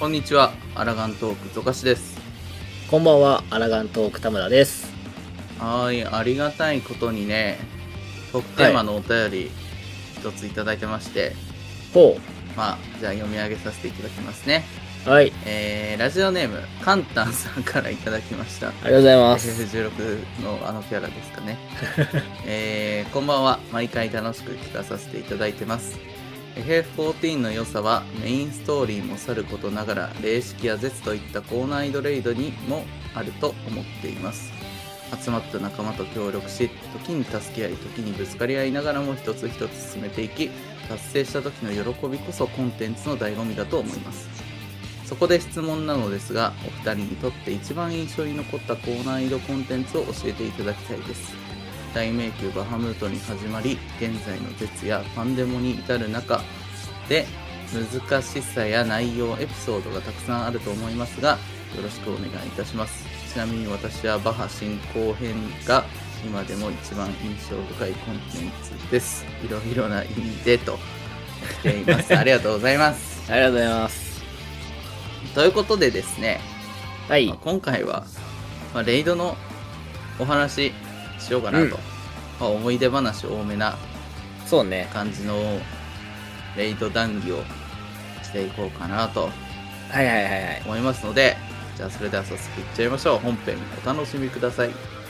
こんにちは、アラガントークゾカシです。 こんばんは、アラガントーク田村です。 ありがたいことにね、トークテーマのお便り一ついただいてまして、 ほじゃあ読み上げさせていただきますね。 はい。 ラジオネーム、カンタンさんからいただきました。 ありがとうございます。 FF16 のあのキャラですかね。こんばんは、毎回楽しく聞かさせていただいてます。FF14 の良さはメインストーリーもさることながら霊式や絶といった高難易度レイドにもあると思っています。集まった仲間と協力し、時に助け合い、時にぶつかり合いながらも一つ一つ進めていき、達成した時の喜びこそコンテンツの醍醐味だと思います。そこで質問なのですが、お二人にとって一番印象に残った高難易度コンテンツを教えていただきたいです。大迷宮バハムートに始まり、現在の絶やパンデモに至る中で難しさや内容、エピソードがたくさんあると思いますが、よろしくお願いいたします。ちなみに私はバハ進行編が今でも一番印象深いコンテンツです。いろいろな意味でと来ています。ありがとうございます。 ありがとうございます。 ということでですね、 はい。 今回は、レイドのお話しようかなと、思い出話多めなそうね。 感じのレイド談義をしていこうかなとはい。 思いますので、じゃあそれでは早速いっちゃいましょう。本編お楽しみください。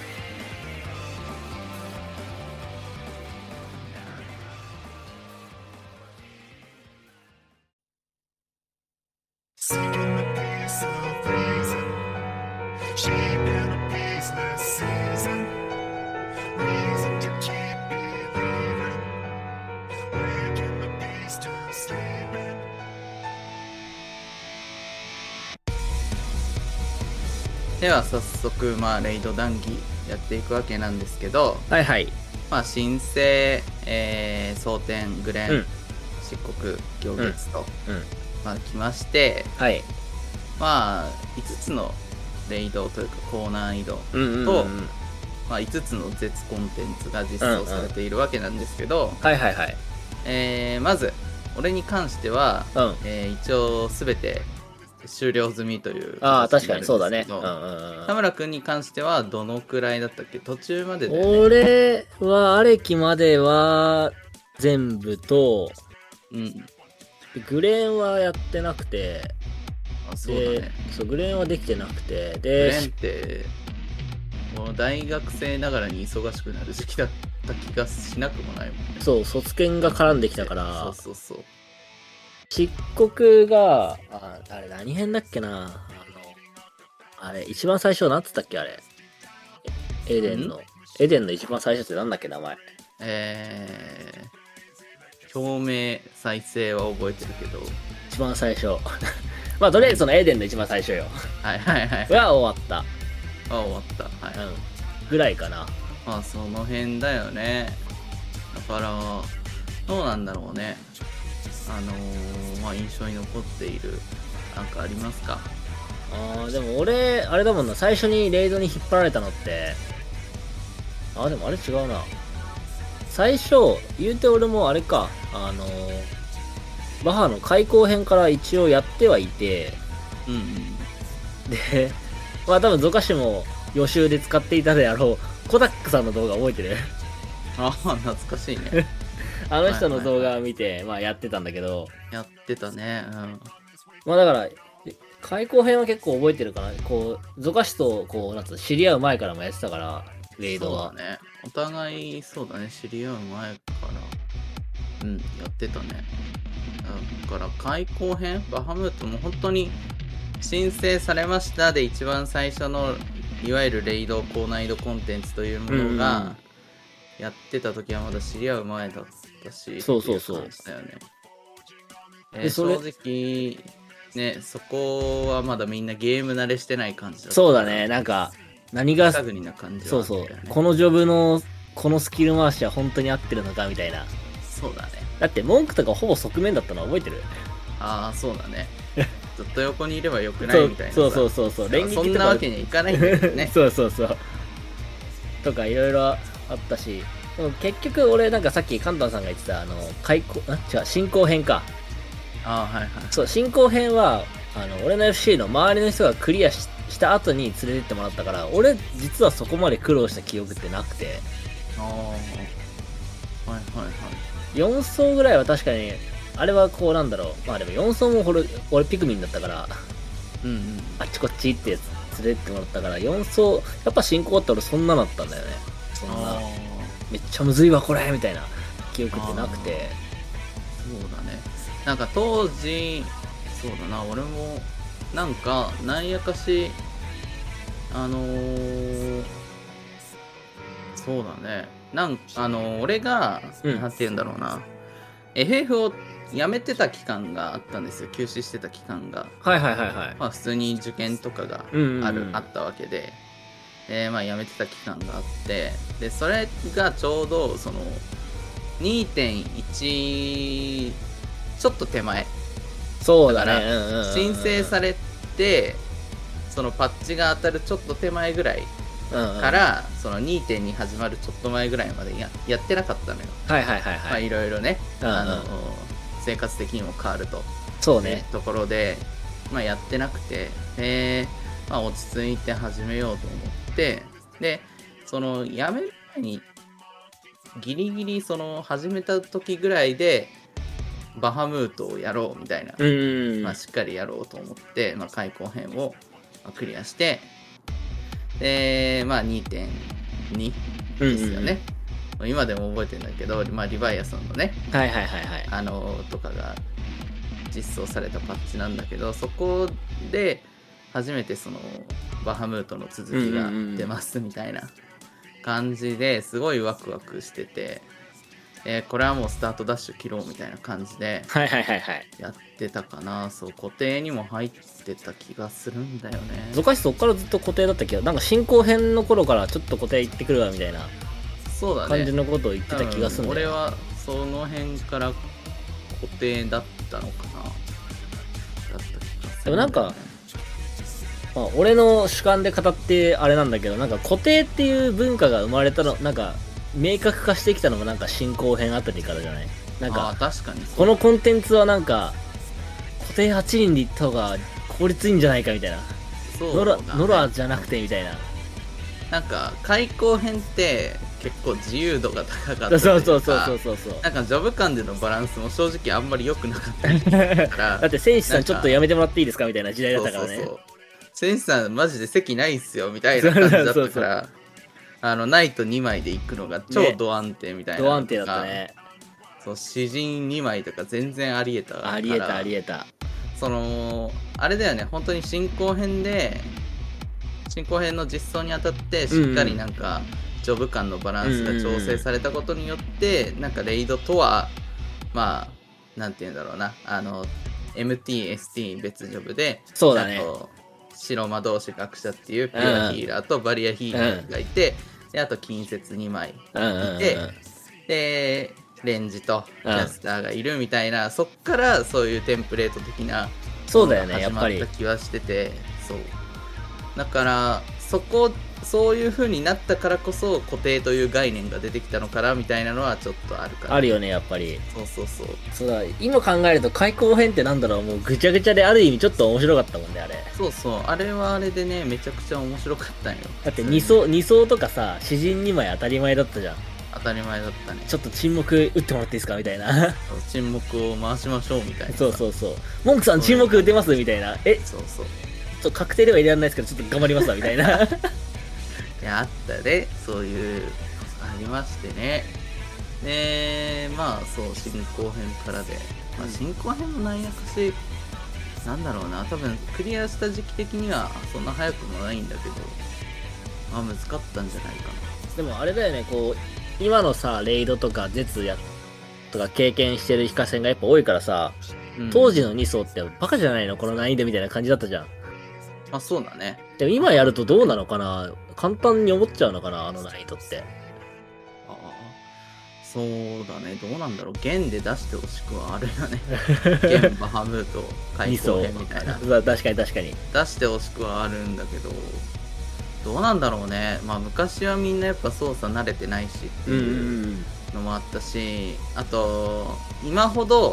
では早速、レイド談義やっていくわけなんですけど、 はい。 申請、蒼天、グレン、漆黒、行月と、来まして、 はい。 5つのレイドというか高難易度と、5つの絶コンテンツが実装されているわけなんですけど、まず俺に関しては、一応全て終了済みという。 確かにそうだね。 田村くんに関してはどのくらいだったっけ？途中までだよね。 俺はアレキまでは全部と、グレーンはやってなくて、 そうだね。 そう、グレーンはできてなくて、 グレーンってもう大学生ながらに忙しくなる時期だった気がしなくもないもんね。 そう、卒検が絡んできたから、 そう。 漆黒が、あれ何編だっけな、あれ、一番最初なんつったっけ、あれ。エデンの一番最初ってなんだっけ、名前。 表明再生は覚えてるけど。 一番最初。とりあえずそのエデンの一番最初よ。 は終わった。 終わった。 ぐらいかな。 その辺だよね。だから、どうなんだろうね。印象に残っているなんかありますか？ でも俺あれだもんな、最初にレイドに引っ張られたのって、でもあれ違うな。最初言うて俺もあれか、バハの開口編から一応やってはいて、で多分ゾカシも予習で使っていたであろうコダックさんの動画覚えてる？ 懐かしいね。 あの人の動画を見て、やってたんだけど。 やってたね。 だから、開口編は結構覚えてるかな。ゾカシと、知り合う前からもやってたから、レイドは。 そうだね。お互い、そうだね、知り合う前から、やってたね。だから、開口編、バハムートも本当に、申請されましたで一番最初の、いわゆるレイド、高難易度コンテンツというものが、やってた時はまだ知り合う前だったし、 そう。 だよね。正直ね、そこはまだみんなゲーム慣れしてない感じだった。 そうだね。なんか何が探りな感じ、ね、 そうこのジョブのこのスキル回しは本当に合ってるのかみたいな。 そうだね。 だって文句とかほぼ側面だったの覚えてる？ そうだね。ずっと横にいればよくないみたいな。 そう連撃とかそんなわけにはいかないんだよね。 そうとかいろいろあったし、でも結局俺なんかさっきカンタンさんが言ってた進行編か。 そう、 進行編は俺の FC の周りの人がクリアした後に連れてってもらったから、俺実はそこまで苦労した記憶ってなくて、 ああ、はいはいはい。 4層ぐらいは確かに、あれはこうなんだろう。まあでも4層も俺ピクミンだったから、 うんうん。 あっちこっちってやつ連れてってもらったから、4層、やっぱ進行って俺そんなだったんだよね。そんな、 あめっちゃむずいわこれみたいな記憶ってなくて。 そうだね。なんか当時、そうだな、俺も、なんか、なんやかし、そうだね。俺が、 うんなんて言うんだろうな、FF をやめてた期間があったんですよ。休止してた期間が。 はいはいはいはい。 まあ普通に受験とかがあったわけで、まあやめてた期間があって、で、それがちょうど、その、2.1、ちょっと手前。 そうだね。 だから申請されて、そのパッチが当たるちょっと手前ぐらいから、その 2.2 始まるちょっと前ぐらいまでやってなかったのよ。 はいはいはいはい。 まあいろいろね、生活的にも変わると。 そうね。 ところで、まあやってなくて、まあ落ち着いて始めようと思って、で、そのやめる前に、ギリギリその始めた時ぐらいで、バハムートをやろうみたいな、まあしっかりやろうと思って、まあ開口編をクリアして、で、まあ 2.2 ですよね。今でも覚えてるんだけど、まあリヴァイアソンのね、 はいはいはいはい。 とかが実装されたパッチなんだけど、そこで初めてそのバハムートの続きが出ますみたいな感じですごいワクワクしてて、これはもうスタートダッシュ切ろうみたいな感じではいはいはいはい。 やってたかな。そう、固定にも入ってた気がするんだよね。 ゾカシそっからずっと固定だったけど、なんか進行編の頃からちょっと固定行ってくるわみたいなそうだね、 感じのことを言ってた気がするんだよ、 俺はその辺から固定だったのかな。だった気がするんだよね。 でもなんか、まあ、俺の主観で語ってあれなんだけど、なんか固定っていう文化が生まれたの、なんか明確化してきたのもなんか進行編あたりからじゃない？なんか確かにこのコンテンツはなんか固定8人でいった方が効率いいんじゃないかみたいな。 そうだね、 ノラじゃなくてみたいな。 なんか開口編って結構自由度が高かったというか、 そうなんかジョブ間でのバランスも正直あんまり良くなかったりからだって選手さんちょっとやめてもらっていいですかみたいな時代だったからね。 そう選手さんマジで席ないっすよみたいな感じだったからナイト2枚で行くのが超ド安定みたいな、 ド安定だったね。 そう詩人2枚とか全然ありえたから。 ありえた。 そのあれだよね、本当に進行編の実装にあたってしっかりなんか、ジョブ間のバランスが調整されたことによって、なんかレイドとはまあなんて言うんだろうな、MT、ST 別ジョブで、 そうだね、 あと白魔導士学者っていうピュアヒーラーとバリアヒーラーがいて、であと近接2枚いて、でレンジとキャスターがいるみたいな、そっからそういうテンプレート的なそうだよね、やっぱり始まった気はしてて、そうだからそういう風になったからこそ固定という概念が出てきたのかなみたいなのはちょっとあるから、 あるよね、やっぱり。 そうだ、今考えると開口編ってなんだろう、もうぐちゃぐちゃである意味ちょっと面白かったもんね、あれ。 あれはあれでね、めちゃくちゃ面白かったんよ。 だって2層とかさ、詩人2枚当たり前だったじゃん。 当たり前だったね。 ちょっと沈黙打ってもらっていいですかみたいな。 沈黙を回しましょうみたいな。 モンクさん沈黙打てますみたいな。ちょっと確定では入れられないですけど、ちょっと頑張りますわみたいな。 いや、あったね、そういうありましてね。で、まあそう、進行編からで、まあ、進行編もなんやかし、なんだろうな、多分クリアした時期的にはそんな早くもないんだけど、まあ難かったんじゃないかな。 でもあれだよね、こう今のさレイドとか絶やとか経験してる非課戦がやっぱ多いからさ、当時の2層ってバカじゃないのこの難易度みたいな感じだったじゃん。 あ、そうだね。 でも今やるとどうなのかな、簡単に思っちゃうのかな、あの難易度って。 そうだね、どうなんだろう、弦で出してほしくはあるよね。弦バハムート開口編みたいな。 確かに出してほしくはあるんだけど、どうなんだろうね。まあ昔はみんなやっぱ操作慣れてないしっていうのもあったし、あと今ほど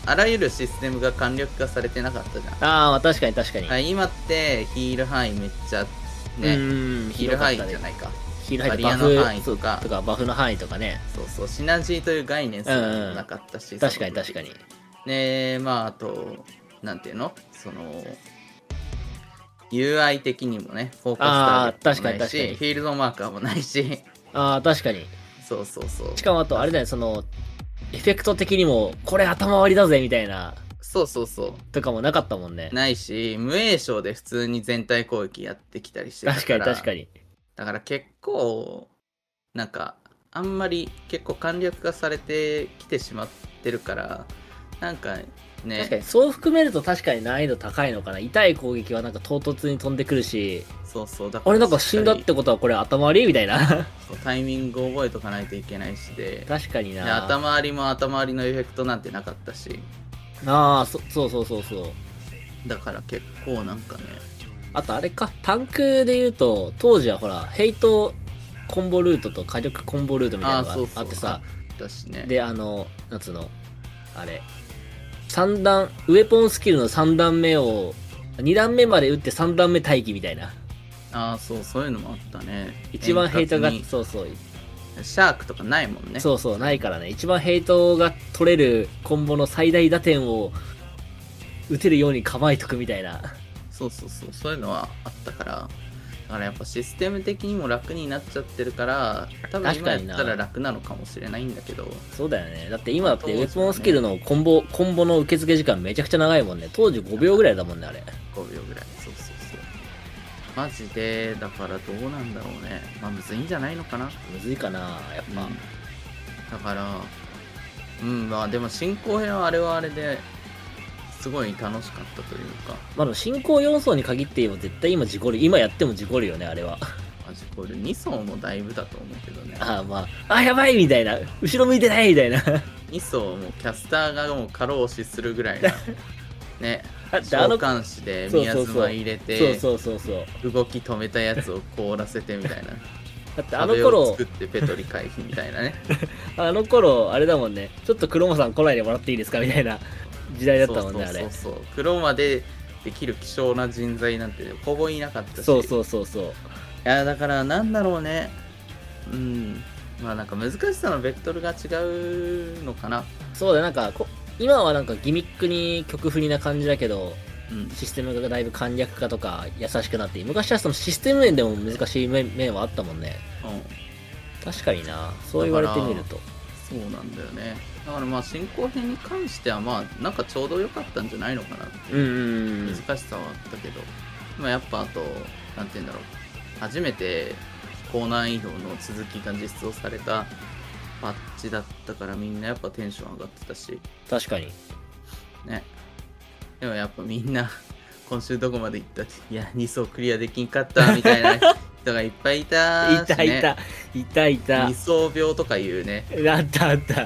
あらゆるシステムが簡略化されてなかったじゃん。 ああ、まあ確かに確かに。 今ってヒール範囲めっちゃね、ヒール範囲じゃないか。 ヒール範囲とバリアの範囲とかバフの範囲とかね。 そうそう、シナジーという概念すらなかったし、 確かに確かに。 ね、まああと、なんていうのその、UI 的にもね、フォーカスターゲットもないし、フィールドマーカーもないし。 ああ、確かに。 そうそうそう。 しかもあと、あれだよ、その、エフェクト的にも、これ頭割りだぜ、みたいな。 そうそうそう。 とかもなかったもんね。 ないし、無影響で普通に全体攻撃やってきたりしてたから。 確かに確かに。 だから結構、なんか、あんまり結構簡略化されてきてしまってるから、なんかね。 確かに、そう含めると確かに難易度高いのかな。痛い攻撃はなんか唐突に飛んでくるし。 そうそう。だからあれなんか死んだってことはこれ頭割りみたいな。 タイミングを覚えとかないといけないしで。 確かにな。 頭割りも頭割りのエフェクトなんてなかったし。 ああ、そうそうそうそう。 だから結構なんかね。 あとあれか、タンクで言うと、当時はほら、ヘイトコンボルートと火力コンボルートみたいなのがあってさ。 ね、 で、なんつうの、あれ、3段、ウェポンスキルの3段目を、2段目まで打って3段目待機みたいな。 ああ、そう、そういうのもあったね。 一番ヘイトが、そうそう。 シャークとかないもんね。 そうそう、ないからね。一番ヘイトが取れるコンボの最大打点を打てるように構えとくみたいな。 そうそうそう、そういうのはあったから、だからやっぱシステム的にも楽になっちゃってるから、多分今やったら楽なのかもしれないんだけど。 そうだよね。だって今だってウェポンスキルのコンボの受付時間めちゃくちゃ長いもんね。当時5秒ぐらいだもんね、あれ。 5秒ぐらい。そうそうそう。マジで、だからどうなんだろうね。まあ、むずいんじゃないのかな。 むずいかな、やっぱ。 だから、まあでも進行編はあれはあれですごい楽しかったというか。 まあでも進行4層に限っても絶対今事故る。今やっても事故るよね、あれは。 事故る。2層もだいぶだと思うけどね。 まあ、やばいみたいな。後ろ向いてないみたいな。 2層もキャスターがもう過労死するぐらいな。ね。召喚師で宮妻入れて、動き止めたやつを凍らせてみたいな。 だってあの頃作ってペトリ回避みたいなね。 あの頃あれだもんね。ちょっとクロマさん来ないでもらっていいですかみたいな時代だったもんね。あれ。 そう。クロマでできる希少な人材なんてほぼいなかったし。 そう。 いやだからなんだろうね。まあなんか難しさのベクトルが違うのかな。 そうだよ、なんか今はなんかギミックに曲振りな感じだけど、システムがだいぶ簡略化とか優しくなって、昔はそのシステム面でも難しい面はあったもんね。確かにな、そう言われてみると。 そうなんだよね。だからまあ進行編に関してはまあなんかちょうど良かったんじゃないのかなっていう難しさはあったけど、まあやっぱあと、なんて言うんだろう。初めて高難易度の続きが実装されたパッチだったからみんなやっぱテンション上がってたし。 確かに。ね。 でもやっぱみんな今週どこまで行ったって、いや、2層クリアできんかったみたいな人がいっぱいいたし、ね。 いた。 2層病とかいうね。 あった。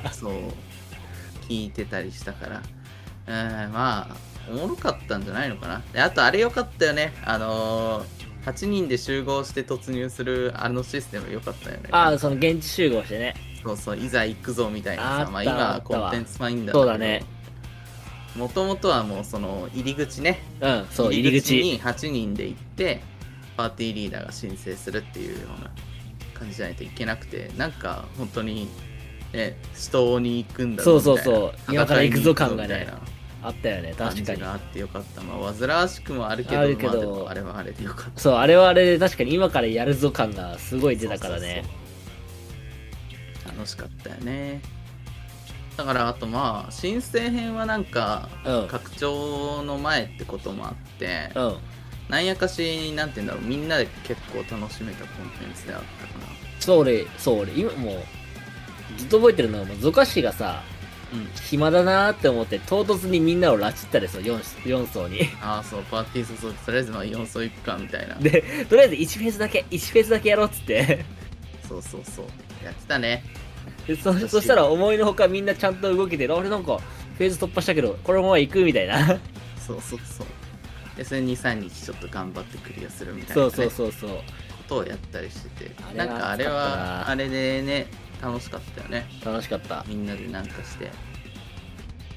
そう。聞いてたりしたから。まあ、おもろかったんじゃないのかな。で、あとあれよかったよね。8人で集合して突入するあのシステムよかったよね。 その現地集合してね。 そう、いざ行くぞみたいなさ。まあ今はコンテンツファインダーそうだね。 もともとはもうその入り口ね。 そう、入り口に8人で行って、パーティーリーダーが申請するっていうような感じじゃないといけなくて、なんか本当に、ね、死闘に行くんだろうみたいな。 そう。今から行くぞ感がね。あったよね、確かに。 あってよかった。まあ、煩わしくもあるけど、まあ、でもあれはあれでよかった。 そう、あれはあれで確かに今からやるぞ感がすごい出たからね。 楽しかったよね。だからあとまあ申請編はなんか、拡張の前ってこともあって、なんやかしなんて言うんだろう、みんなで結構楽しめたコンテンツであったかな。 そう俺今もうずっと覚えてるのはもうゾカシがさ、暇だなーって思って唐突にみんなを拉致ったですよ、4層に。 そう、パーティー注ぐ、とりあえずまあ4層行くかみたいな。 でとりあえず1フェーズだけやろうっつってそうやってたね。 でそしたら思いのほかみんなちゃんと動けて、俺なんかフェーズ突破したけどこのまま行くみたいな。 そうでそれ2、3日ちょっと頑張ってクリアするみたいな、ね、 そうことをやったりしてて、なんかあれはあれでね楽しかったよね。 楽しかった。 みんなでなんかして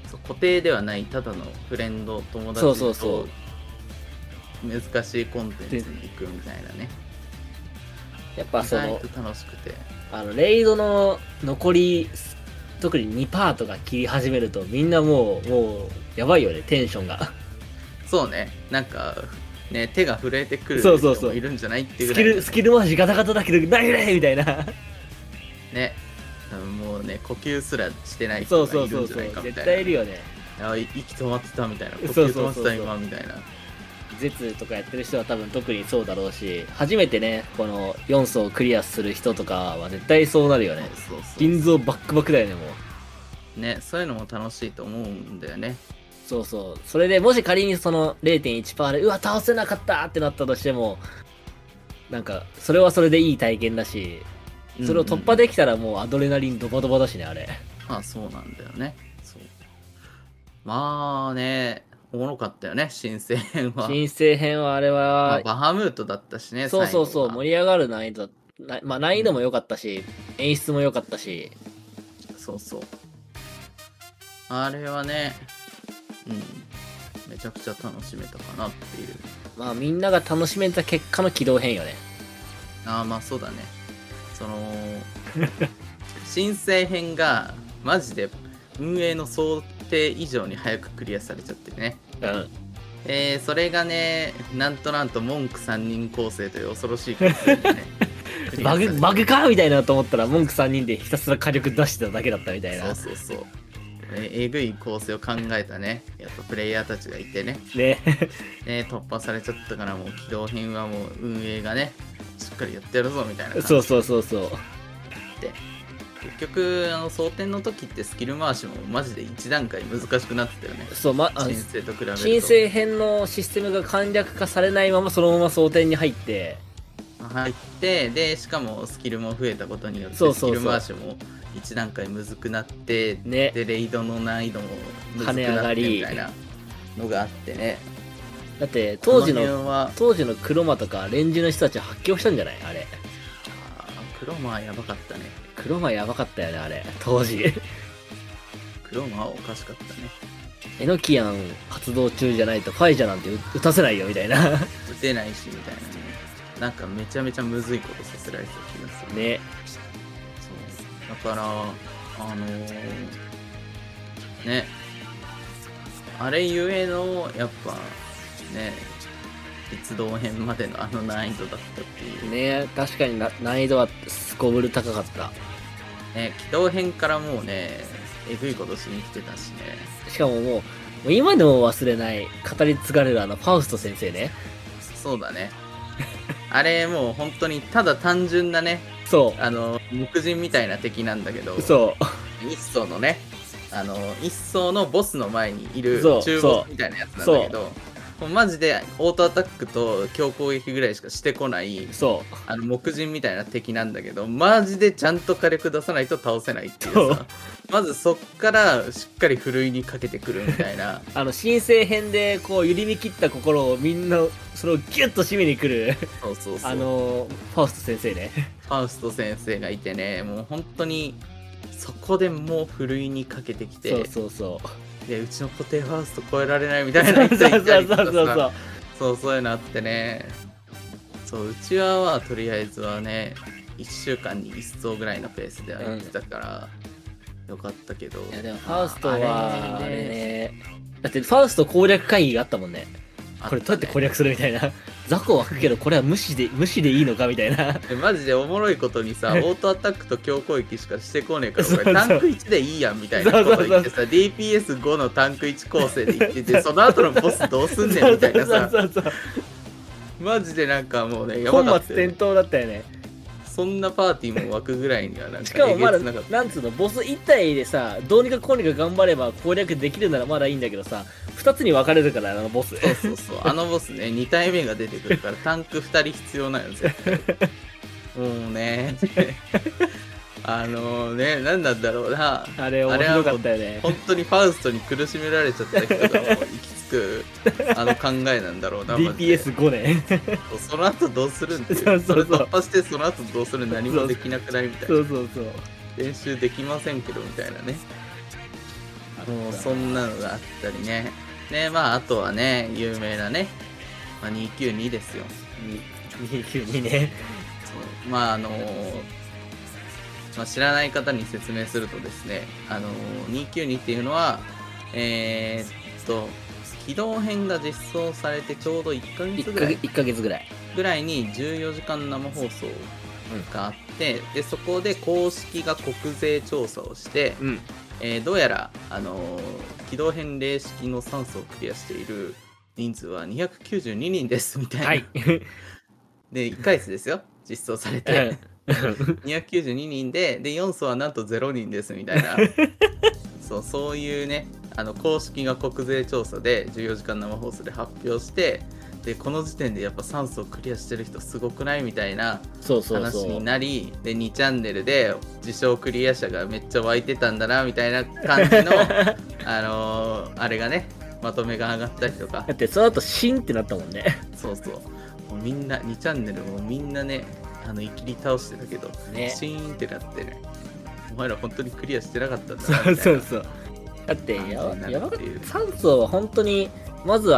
そう固定ではないただのフレンド友達そうそうそと難しいコンテンツに行くみたいなね。 やっぱその意外と楽しくて、 レイドの残り特に2パートが切り始めるとみんなもうやばいよね、テンションが。 そうね、なんかね、手が震えてくるそうそうそう人もいるんじゃないっていうぐらい、 スキル回しガタガタだけど何々みたいな。 ね、もうね、呼吸すらしてないそ人うそうそうそうがいるんじゃないかみ絶たいな。 対いるよね。 息止まってたみたいな、呼そう吸止まってたそうそうそう今みたいな。 絶とかやってる人は多分特にそうだろうし、初めてねこの4層をクリアする人とかは絶対そうなるよね。 そうそうそう心臓バックバックだよねもう。 ね、そういうのも楽しいと思うんだよね。 そうそう。それでもし仮にその 0.1% でうわ倒せなかったってなったとしても、なんかそれはそれでいい体験だし、それを突破できたらもうアドレナリンドバドバだしね、あれ。 まあそうなんだよね。そう。まあね、おもろかったよね、新生編は。 新生編はあれまは、 あ、バハムートだったしね、 そうそうそう、 最後は盛り上がる難易度、まあ難易度も良かったし、演出も良かったし、 そうそう。あれはね、めちゃくちゃ楽しめたかなっていう。 まあみんなが楽しめた結果の起動編よね。 ああ、まあそうだね。その、新生編がマジで運営の想定以上に早くクリアされちゃってね。 うん。 それがね、なんと文句3人構成という恐ろしい構成でね。 バグかみたいなと思ったら文句3人でひたすら火力出してただけだったみたいな。 そうそうそう。えぐい構成を考えたね、やっぱプレイヤーたちがいてね。 ね。 突破されちゃったからもう起動編はもう運営がね、しっかりやってやるぞみたいな感じそうそうそうそう。 で、結局装填の時ってスキル回しもマジで1段階難しくなってたよね。 そう、 申請と比べると。 申請編のシステムが簡略化されないままそのまま装填に入って、 で、しかもスキルも増えたことによってそうそうそうスキル回しも1段階むずくなって、 ね、 でレイドの難易度もむずくなってみたいなのがあってね。 だって当時のクロマとかレンジの人たちは発狂したんじゃないあれ。 クロマはやばかったね。 クロマやばかったよねあれ当時。 クロマはおかしかったね。 エノキアン発動中じゃないとファイジャなんて打たせないよみたいな。 打てないしみたいなね。なんかめちゃめちゃむずいことさせられてた気がするね。 そうだからね、あれゆえのやっぱね、鉄道編までの難易度だったっていうね。確かに難易度はすこぶる高かったね。軌道編からもうね、えぐいことしに来てたしね。 しかももう今でも忘れない語り継がれるファウスト先生ね。 そうだね。あれもう本当にただ単純なね、 そう木人みたいな敵なんだけど、 そう一層のね、一層のボスの前にいるそう中ボスみたいなやつなんだけど、もうマジでオートアタックと強攻撃ぐらいしかしてこない木人みたいな敵なんだけど、マジでちゃんと火力出さないと倒せないっていうさ、まずそっからしっかりふるいにかけてくるみたいな。 新生編でこう揺り見切った心をみんなそれをギュッと締めにくるそうそうそう、 ファウスト先生ね。 ファウスト先生がいてね、もう本当にそこでもうふるいにかけてきて、でうちの固定ファースト超えられないみたいな人いたりとかさ、そういうのあってね。そううちはとりあえずはね、1週間に1層ぐらいのペースではやってたから、よかったけど。 いやでもファウストはあれね、だってファウスト攻略会議があったもんね。これどうやって攻略するみたいな。雑魚は吹くけどこれは無視でいいのかみたいな。 マジでおもろいことにさ、オートアタックと強攻撃しかしてこねえから、これタンク1でいいやんみたいなこと言ってさ、DPS5 のタンク1構成で言ってて、その後のボスどうすんねんみたいなさ、マジでなんかもうね、やばかったよね。 本末転倒だったよね。 そんなパーティーも湧くぐらいにはなんかしかもまだなんつうの、ボス1体でさどうにかこうにか頑張れば攻略できるならまだいいんだけどさ、2つに分かれるからボス。 そうボスね、2体目が出てくるからタンク2人必要なんですよ。もうね何なんだろうな、 あれ面白かったよね。 本当にファウストに苦しめられちゃった人がもう行き着く考えなんだろうな。 DPS5 ね。 その後どうするんっていう、それ突破してその後どうする、何もできなくないみたいな、練習できませんけどみたいなね。 もうそんなのがあったりね。で、まあ、あとはね、有名なね、まあ、292ですよ。 292ね。 そう。まあ、まあ、知らない方に説明するとですね、292っていうのは、起動編が実装されてちょうど1ヶ月ぐらい 1ヶ月ぐらいに14時間生放送があって、でそこで公式が国税調査をして、どうやら、起動編霊式の酸素をクリアしている人数は292人ですみたいな、はい、で1ヶ月ですよ実装されて292人で4層はなんと0人ですみたいなそういうね、公式が国税調査で14時間生放送で発表して、でこの時点でやっぱ酸素をクリアしてる人すごくないみたいな話になり、で2チャンネルで自称クリア者がめっちゃ湧いてたんだなみたいな感じのあれがね、まとめが上がったりとか。 だってその後シンってなったもんね。 そうもうみんな2チャンネルもみんなね、いきり倒してたけど、ね、シーンってなってね、お前ら本当にクリアしてなかったんだなみたいな。 そうだってやばかった。酸素は本当にまず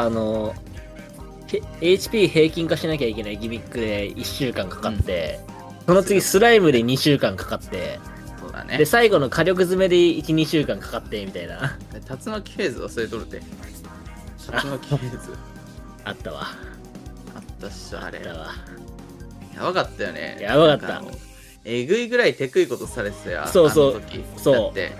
HP 平均化しなきゃいけないギミックで1週間かかって、その次スライムで2週間かかって、 そうだね、 で最後の火力詰めで 1,2 週間かかってみたいな。 竜巻フェーズ忘れとるって。竜巻フェーズあったわ。 あったっしょ、あれ。やばかったよね。 やばかった。 えぐいぐらいテクいことされてたよ。 そうだって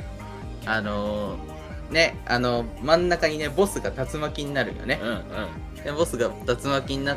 ね、真ん中にねボスが竜巻になるよね。でボスが竜巻になって、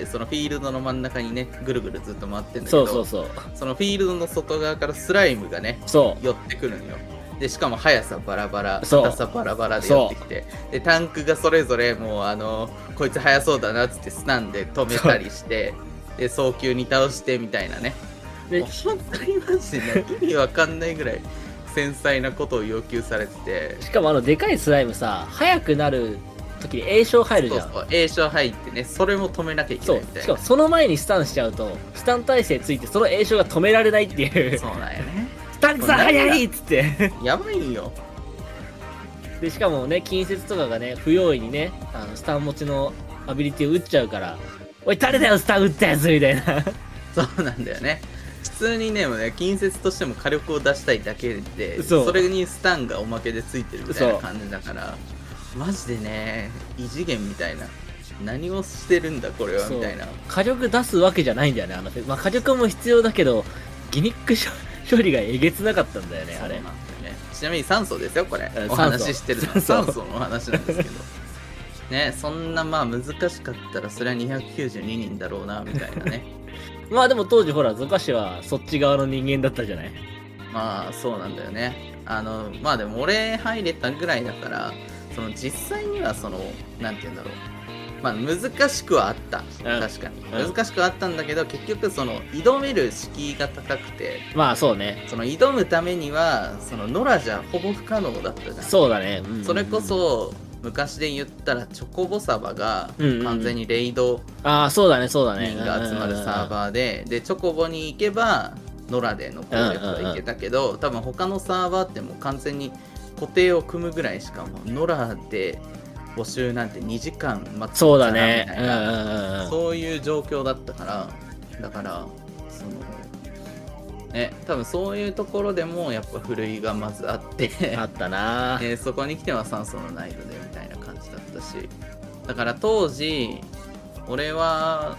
そのフィールドの真ん中にねぐるぐるずっと回ってんだけど、そのフィールドの外側からスライムがね寄ってくるのよ。でしかも速さバラバラ、硬さバラバラで寄ってきて、でタンクがそれぞれもうこいつ速そうだなっつってスタンで止めたりして、で早急に倒してみたいなね。で本当にマジで、ね、意味わかんないぐらい繊細なことを要求されてて、 しかもでかいスライムさ、速くなる時に栄翔入るじゃん。 そう栄翔入ってね、それも止めなきゃいけないみたいな。 しかもその前にスタンしちゃうとスタン耐性ついて、その栄翔が止められないっていう。 そうなんやね。 スタンクさん速いっつってやばいんよ。 でしかもね、近接とかがね不用意にね、スタン持ちのアビリティを打っちゃうから、おい誰だよスタン打ったやつみたいな。 そうなんだよね。普通にね、近接としても火力を出したいだけで、それにスタンがおまけでついてるみたいな感じだから、マジでね、異次元みたいな。何をしてるんだこれはみたいな。 火力出すわけじゃないんだよね、火力も必要だけど、ギミック処理がえげつなかったんだよね、あれ。 ちなみに酸素ですよ、これ。お話ししてるのは酸素の話なんですけど。ね、そんな難しかったら、それは292人だろうな、みたいなね。 まあでも当時ほら、ゾカシはそっち側の人間だったじゃない。 まあそうなんだよね。まあでも俺入れたぐらいだから、実際にはなんて言うんだろう。まあ難しくはあった。確かに。難しくはあったんだけど、結局挑める敷居が高くて。 まあそうね。 挑むためには、ノラじゃほぼ不可能だったじゃん。 そうだね。 それこそ、昔で言ったらチョコボサバが完全にレイドそうだね人が集まるサーバーで、チョコボに行けばノラでの攻略はいけたけど、多分他のサーバーってもう完全に固定を組むぐらいしかもノラで募集なんて2時間待つそうだね、 そういう状況だったから、だから多分そういうところでもやっぱふるいがまずあってあったなそこに来ては酸素の難易度でみたいな感じだったし、だから当時俺は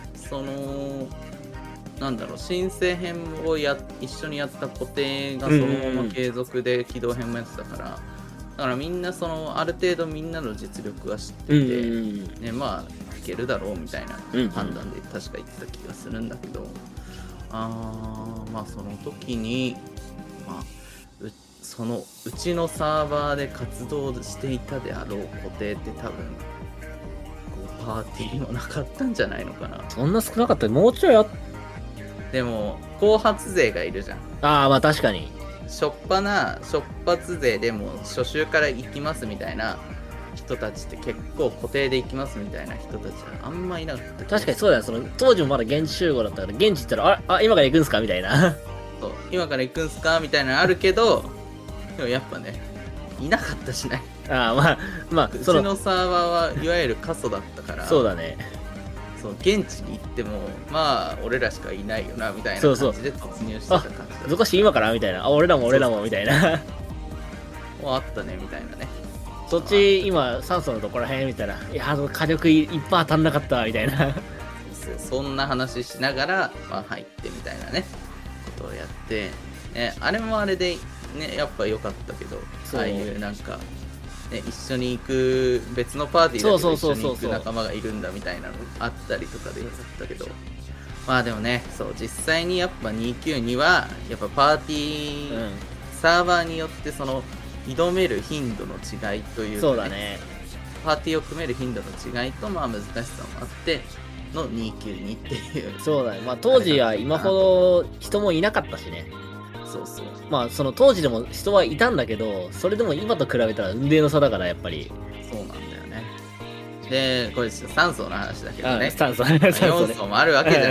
なんだろう、新生編を一緒にやった固定がそのまま継続で起動編もやってたから、だからみんなある程度みんなの実力は知ってて、まあいけるだろうみたいな判断で確か言ってた気がするんだけど、まあその時に、うちのサーバーで活動していたであろう固定って多分パーティーもなかったんじゃないのかな。 そんな少なかった？もうちょいでも後発勢がいるじゃん。 まあ確かに。 初発勢でも初週から行きますみたいな人たちって結構固定で行きますみたいな人たちはあんまいなかった。 確かにそうだよ。当時もまだ現地集合だったから、現地行ったら今から行くんすかみたいな。 そう今から行くんすかみたいなのあるけど、でもやっぱねいなかったしね。 ああ、まあ、まあ、 うちのサーバーはいわゆる過疎だったから、 そうだね。 そう現地に行っても、まあ、俺らしかいないよな、みたいな感じで突入してた感じだった。 ゾカシ今からみたいな。あ、俺らもみたいな。 もうあったね、みたいなね。 そっち今酸素のところらへんみたいな。いや、火力いっぱい当たんなかったみたいな。 そんな話しながら、まあ、入ってみたいなねことをやって、あれもあれでねやっぱ良かったけど、ああいうなんか、ね、一緒に行く別のパーティーだけど一緒に行く仲間がいるんだみたいなのあったりとかでよかったけど、まあでもね、そう実際にやっぱ292はやっぱパーティー、サーバーによってその挑める頻度の違いというか、ね、 そうだね、 パーティーを組める頻度の違いと、まあ難しさもあっての292っていう。 そうだね。まあ当時は今ほど人もいなかったしね。 そうそう。 まあその当時でも人はいたんだけど、それでも今と比べたら雲泥の差だからやっぱり。 そうなんだよね。で、これ3層の話だけどね。 3層。 4層もあるわけじゃない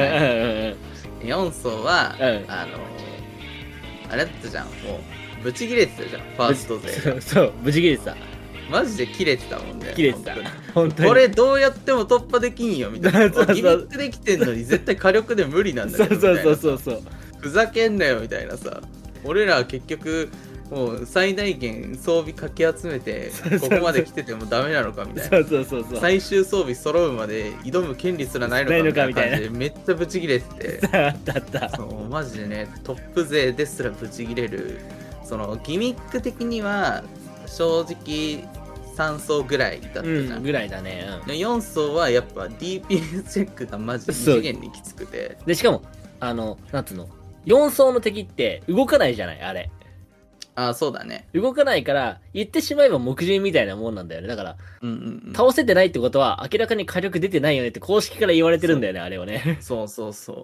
。4層は、あれだったじゃん。もう、ブチ切れてたじゃん。ファースト勢が。 そう、ブチ切れてた。 マジで切れてたもんね。 切れてた。本当に。 これどうやっても突破できんよ、みたいな。ギミックできてんのに絶対火力で無理なんだけど。 そう。 ふざけんなよ、みたいなさ。俺らは結局、もう最大限装備かき集めて、ここまで来ててもダメなのかみたいな。 そう最終装備揃うまで挑む権利すらないのかみたいな感じでめっちゃブチギレてて。 あったそう、マジでね、トップ勢ですらブチギレる。そのギミック的には正直3層ぐらいだったじゃん。 ぐらいだね。 4層はやっぱ DPS チェックがマジで異次元にきつくて。 で、しかも、なんつうの、4層の敵って動かないじゃない、あれ。 ああ、そうだね。 動かないから、言ってしまえば木人みたいなもんなんだよね。だから、倒せてないってことは、明らかに火力出てないよねって公式から言われてるんだよね、あれはね。 そう。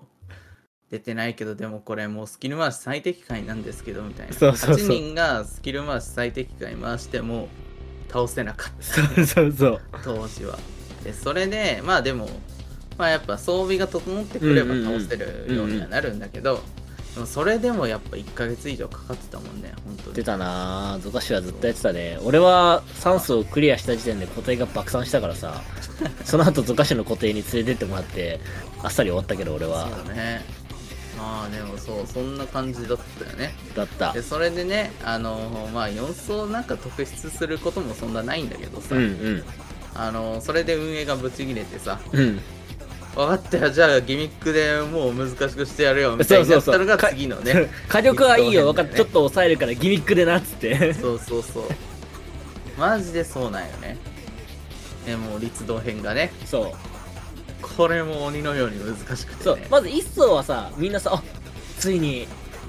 出てないけど、でもこれもうスキル回し最適解なんですけど、みたいな。8人がスキル回し最適解回しても、倒せなかった。 そう。 当時は。で、それで、まあでも、まあやっぱ装備が整ってくれば倒せるようにはなるんだけど、でもそれでもやっぱ1ヶ月以上かかってたもんね、本当に。 出たなぁ。ゾカシはずっとやってたね。俺は酸素をクリアした時点で固定が爆散したからさ、その後ゾカシの固定に連れてってもらって、あっさり終わったけど俺は。 そうだね。まあでもそんな感じだったよね。 だった。 で、それでね、まあ4層なんか特筆することもそんなないんだけどさ、それで運営がブチギレてさ、分かったよ、じゃあギミックでもう難しくしてやるよみたいになったのが次のね。 火力はいいよ、分かった、ちょっと抑えるからギミックでなっつって。 そう。マジでそうなんよね。もう立道編がね。 そう。 これも鬼のように難しくてね。 そう、まず1層はさ、みんなさ、あ、ついに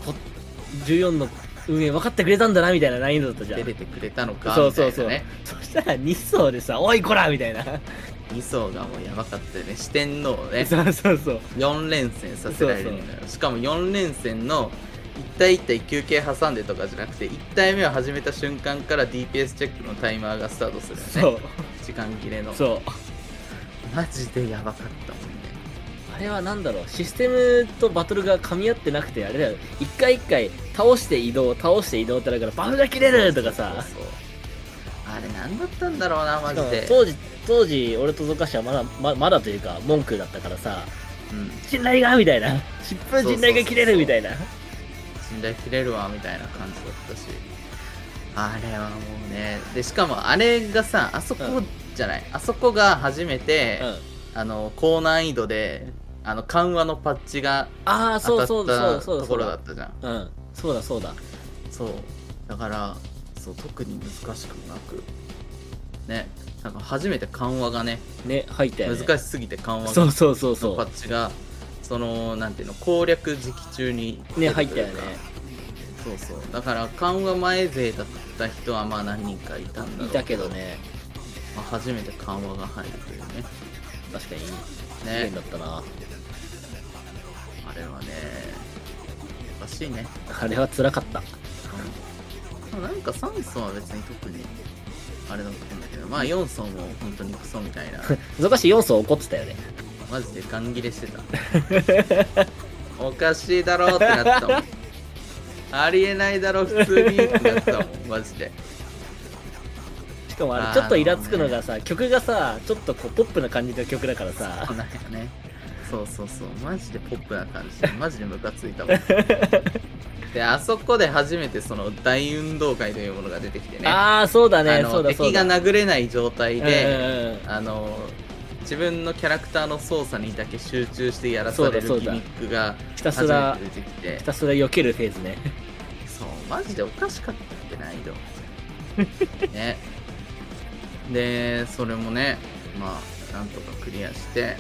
14の運営分かってくれたんだなみたいな難易度だったじゃん。 出れてくれたのかそうみたいなね。 そしたら2層でさ、おいこらみたいな。 2層がもうやばかったよね。四天王をね。 そう。 4連戦させられるんだよ。しかも4連戦の1体1体休憩挟んでとかじゃなくて、1体目を始めた瞬間から DPS チェックのタイマーがスタートするよね。時間切れの。 そう。 マジでやばかったもんね。 あれはなんだろう、システムとバトルが噛み合ってなくて、あれだよ、一回倒して移動ってだからバフが切れるとかさ。 そう。あれ何だったんだろうな、マジで。 当時俺とゾカシはまだというか文句だったからさ、信頼がみたいな、疾風信頼が切れるみたいな、 信頼切れるわみたいな感じだったし、あれはもうね。でしかもあれがさ、あそこじゃない、あそこが初めて、高難易度で緩和のパッチが当たったところだったじゃん。 そうだ。 そうだから特に難しくもなくね、なんか初めて緩和がね入ったよね。 難しすぎて緩和がそうパッチがなんていうの、攻略時期中に入ったよね。 そうだから緩和前勢だった人はまあ何人かいたんだろうけどね、 まあ、初めて緩和が入るというね。 確かにいいねだったな。 あれはねおかしいね。 あれは辛かった。 なんか3層は別に特にあれだったんだけど、まあ4層も本当にクソみたいな。 ゾカシ4層怒ってたよね。 マジでガン切れしてた。おかしいだろうってなったもん。ありえないだろ普通にってなったもん、マジで。 しかもあれちょっとイラつくのがさ、曲がさちょっとこうポップな感じの曲だからさ。 そうなんよね。そうマジでポップな感じでマジでムカついたもん。であそこで初めてその大運動会というものが出てきてね。 ああそうだね、そうだ敵が殴れない状態で、自分のキャラクターの操作にだけ集中してやらされるギミックがひたすら初めて出てきて、 ひたすら避けるフェーズね。 そうマジでおかしかったって難易度ね。でそれもねまあなんとかクリアして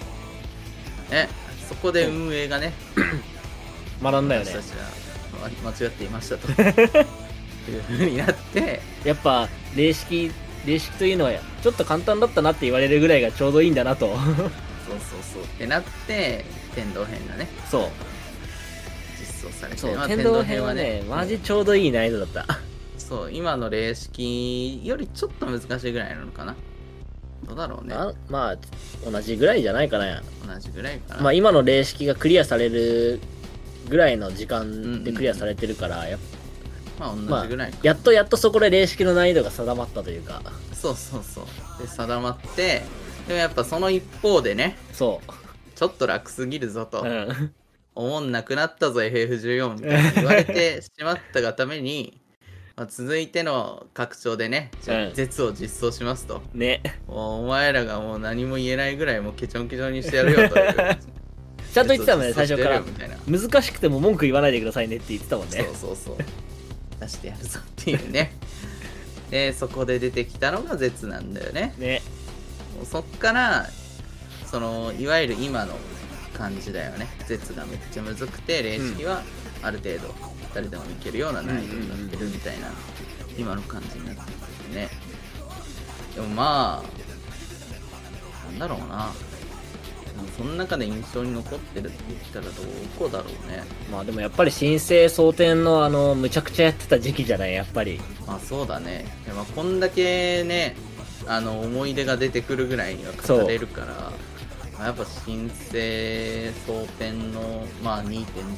そこで運営がね学んだよね。 私たちは間違っていましたという風になって、 やっぱ霊式というのはちょっと簡単だったなって言われるぐらいがちょうどいいんだなと。 そうってなって天道編がねそう実装されて、 そう、天道編はねマジちょうどいい難易度だった。 そう今の霊式よりちょっと難しいぐらいなのかな。どうだろうね。 まあ同じぐらいじゃないかな。 同じぐらいかな。 まあ今の霊式がクリアされるぐらいの時間でクリアされてるから、 まあ同じぐらいか、 やっとそこで霊式の難易度が定まったというか。 そうで定まって、でもやっぱその一方でね、 そうちょっと楽すぎるぞと、思んなくなったぞ FF14 みたいに言われてしまったがために続いての拡張でね、絶を実装しますとね。 お前らがもう何も言えないぐらいもうケチョンケチョンにしてやるよというちゃんと言ってたもんね、最初から。難しくても文句言わないでくださいねって言ってたもんね。 そう出してやるぞっていうね。でそこで出てきたのが絶なんだよね。もうそっからそのいわゆる今の感じだよね。絶がめっちゃむずくて霊式はある程度誰でもいけるような難易度になってるみたいな今の感じになってるね。でもまあなんだろうな、その中で印象に残ってるって言ったらどこだろうね。 まあでもやっぱり新生蒼天のむちゃくちゃやってた時期じゃないやっぱり。 まあそうだね。でもこんだけね思い出が出てくるぐらいには語れるから、やっぱ新生蒼天のまあ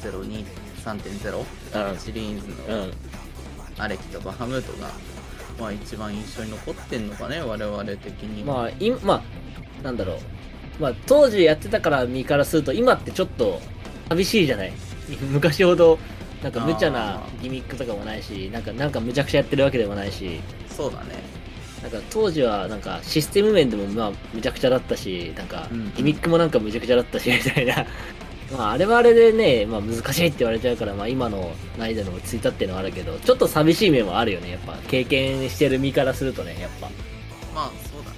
2.0、3.0 シリーズのアレキとバハムートがまあ一番印象に残ってんのかね、我々的には。 まあなんだろう、まあ当時やってたから身からすると今ってちょっと寂しいじゃない。昔ほどなんか無茶なギミックとかもないし、なんかむちゃくちゃやってるわけでもないし。 そうだね。 なんか当時はなんかシステム面でもまあむちゃくちゃだったし、なんかギミックもなんかむちゃくちゃだったしみたいな。まああれはあれでね、まあ難しいって言われちゃうから、まあ今の難易度の落ち着いたっていうのはあるけど、ちょっと寂しい面はあるよね。やっぱ経験してる身からするとね、やっぱ。 まあそうだね。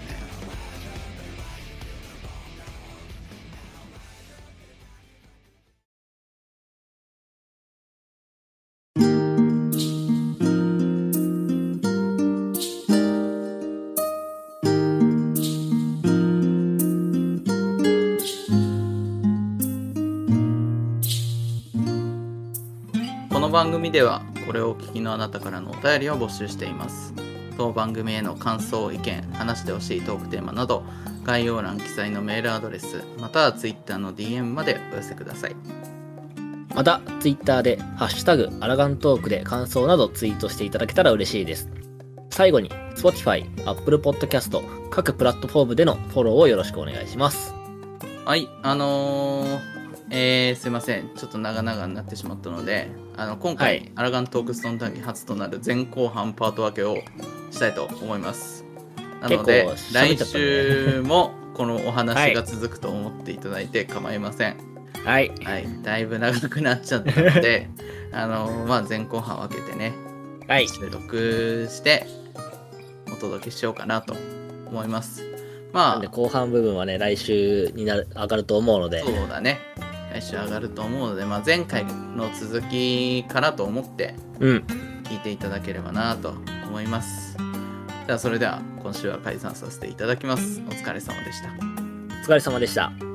この番組ではこれをお聞きのあなたからのお便りを募集しています。当番組への感想、意見、話してほしいトークテーマなど概要欄記載のメールアドレスまたは Twitter の DM までお寄せください。 また Twitter でハッシュタグアラガントークで感想などツイートしていただけたら嬉しいです。最後に Spotify、Apple Podcast 各プラットフォームでのフォローをよろしくお願いします。 はい、すいません、ちょっと長々になってしまったので今回、アラガントークストーン旅初となる前後半パート分けをしたいと思います。なので、来週もこのお話が続くと思っていただいて構いません。はい、だいぶ長くなっちゃったのでまあ前後半分けてね、収録してお届けしようかなと思います。まあなんで後半部分はね来週に上がると思うので。 そうだね、来週上がると思うので、まあ、前回の続きからと思って聞いていただければなと思います。ではそれでは今週は解散させていただきます。お疲れ様でした。 お疲れ様でした。